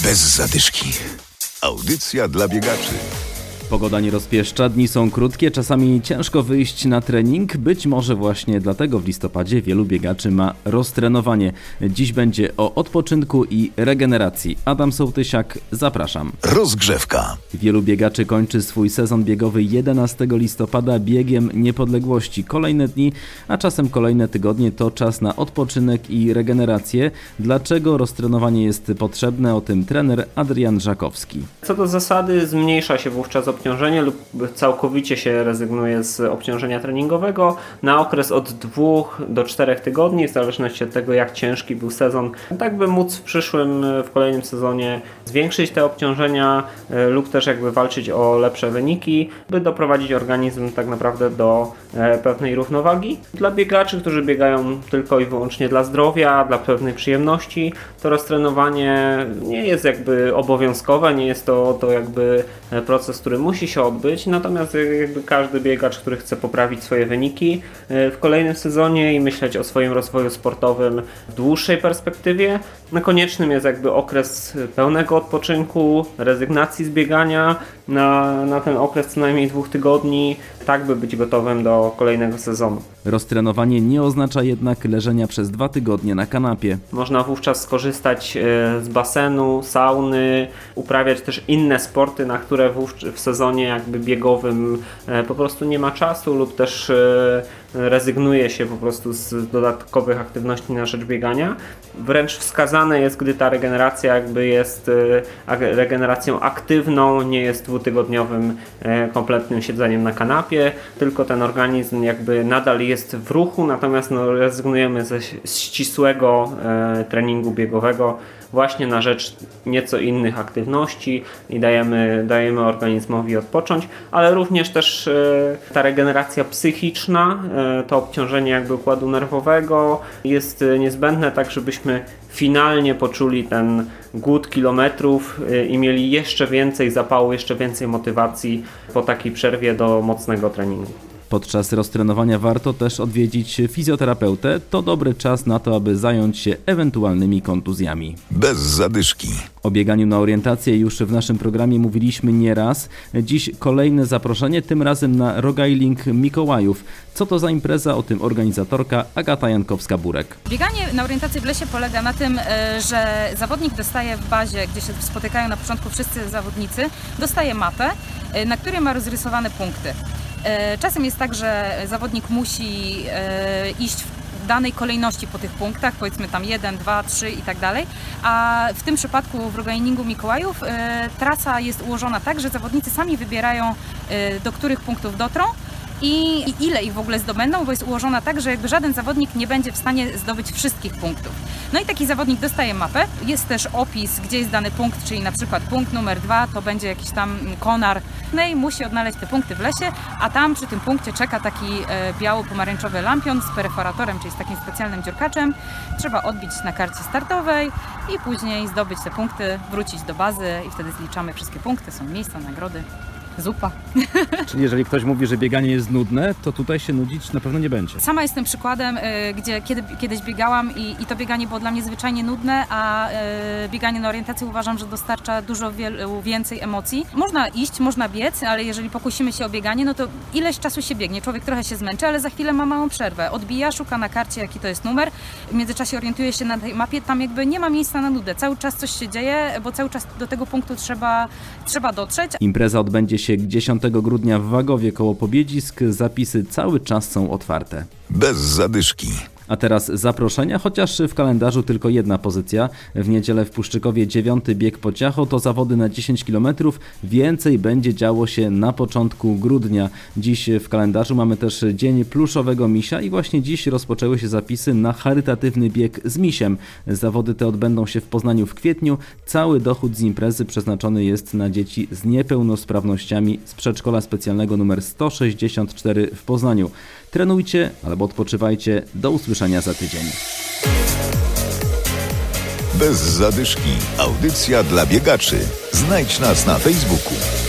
Bez zadyszki. Audycja dla biegaczy. Pogoda nie rozpieszcza, dni są krótkie, czasami ciężko wyjść na trening. Być może właśnie dlatego w listopadzie wielu biegaczy ma roztrenowanie. Dziś będzie o odpoczynku i regeneracji. Adam Sołtysiak, zapraszam. Rozgrzewka. Wielu biegaczy kończy swój sezon biegowy 11 listopada biegiem niepodległości. Kolejne dni, a czasem kolejne tygodnie to czas na odpoczynek i regenerację. Dlaczego roztrenowanie jest potrzebne? O tym trener Adrian Żakowski. Co do zasady zmniejsza się wówczas obciążenie lub całkowicie się rezygnuje z obciążenia treningowego na okres od 2 do 4 tygodni, w zależności od tego, jak ciężki był sezon, tak by móc w kolejnym sezonie zwiększyć te obciążenia lub też jakby walczyć o lepsze wyniki, by doprowadzić organizm tak naprawdę do pewnej równowagi. Dla biegaczy, którzy biegają tylko i wyłącznie dla zdrowia, dla pewnej przyjemności, to roztrenowanie nie jest jakby obowiązkowe, nie jest to jakby proces, który musi się odbyć, natomiast jakby każdy biegacz, który chce poprawić swoje wyniki w kolejnym sezonie i myśleć o swoim rozwoju sportowym w dłuższej perspektywie, koniecznym jest jakby okres pełnego odpoczynku, rezygnacji z biegania na ten okres co najmniej 2 tygodni, tak by być gotowym do kolejnego sezonu. Roztrenowanie nie oznacza jednak leżenia przez 2 tygodnie na kanapie. Można wówczas skorzystać z basenu, sauny, uprawiać też inne sporty, na które w sezonie jakby biegowym po prostu nie ma czasu lub też rezygnuje się po prostu z dodatkowych aktywności na rzecz biegania. Wręcz wskazane jest, gdy ta regeneracja jakby jest regeneracją aktywną, nie jest 2-tygodniowym kompletnym siedzeniem na kanapie, tylko ten organizm jakby nadal jest w ruchu, natomiast rezygnujemy ze ścisłego treningu biegowego właśnie na rzecz nieco innych aktywności i dajemy organizmowi odpocząć, ale również też ta regeneracja psychiczna, to obciążenie jakby układu nerwowego jest niezbędne, tak żebyśmy finalnie poczuli ten głód kilometrów i mieli jeszcze więcej zapału, jeszcze więcej motywacji po takiej przerwie do mocnego treningu. Podczas roztrenowania warto też odwiedzić fizjoterapeutę. To dobry czas na to, aby zająć się ewentualnymi kontuzjami. Bez zadyszki. O bieganiu na orientację już w naszym programie mówiliśmy nieraz. Dziś kolejne zaproszenie, tym razem na Rogailing Mikołajów. Co to za impreza? O tym organizatorka Agata Jankowska-Burek. Bieganie na orientację w lesie polega na tym, że zawodnik dostaje w bazie, gdzie się spotykają na początku wszyscy zawodnicy, dostaje mapę, na której ma rozrysowane punkty. Czasem jest tak, że zawodnik musi iść w danej kolejności po tych punktach, powiedzmy tam 1, 2, 3 i tak dalej, a w tym przypadku w Rogailingu Mikołajów trasa jest ułożona tak, że zawodnicy sami wybierają, do których punktów dotrą i ile ich w ogóle zdobędą, bo jest ułożona tak, że jakby żaden zawodnik nie będzie w stanie zdobyć wszystkich punktów. No i taki zawodnik dostaje mapę, jest też opis, gdzie jest dany punkt, czyli na przykład punkt numer 2 to będzie jakiś tam konar, no i musi odnaleźć te punkty w lesie, a tam przy tym punkcie czeka taki biało-pomarańczowy lampion z perforatorem, czyli z takim specjalnym dziurkaczem. Trzeba odbić na karcie startowej i później zdobyć te punkty, wrócić do bazy i wtedy zliczamy wszystkie punkty, są miejsca, nagrody. Zupa. Czyli jeżeli ktoś mówi, że bieganie jest nudne, to tutaj się nudzić na pewno nie będzie. Sama jestem przykładem, gdzie kiedyś biegałam i to bieganie było dla mnie zwyczajnie nudne, a bieganie na orientację uważam, że dostarcza dużo więcej emocji. Można iść, można biec, ale jeżeli pokusimy się o bieganie, no to ileś czasu się biegnie. Człowiek trochę się zmęczy, ale za chwilę ma małą przerwę. Odbija, szuka na karcie, jaki to jest numer. W międzyczasie orientuje się na tej mapie, tam jakby nie ma miejsca na nudę. Cały czas coś się dzieje, bo cały czas do tego punktu trzeba dotrzeć. Impreza odbędzie się 10 grudnia w Wagowie koło Pobiedzisk. Zapisy cały czas są otwarte. Bez zadyszki. A teraz zaproszenia, chociaż w kalendarzu tylko jedna pozycja. W niedzielę w Puszczykowie 9. bieg po Ciacho, to zawody na 10 km. Więcej będzie działo się na początku grudnia. Dziś w kalendarzu mamy też Dzień Pluszowego Misia i właśnie dziś rozpoczęły się zapisy na charytatywny bieg z misiem. Zawody te odbędą się w Poznaniu w kwietniu. Cały dochód z imprezy przeznaczony jest na dzieci z niepełnosprawnościami z przedszkola specjalnego nr 164 w Poznaniu. Trenujcie albo odpoczywajcie. Do usłyszenia za tydzień. Bez zadyszki. Audycja dla biegaczy. Znajdź nas na Facebooku.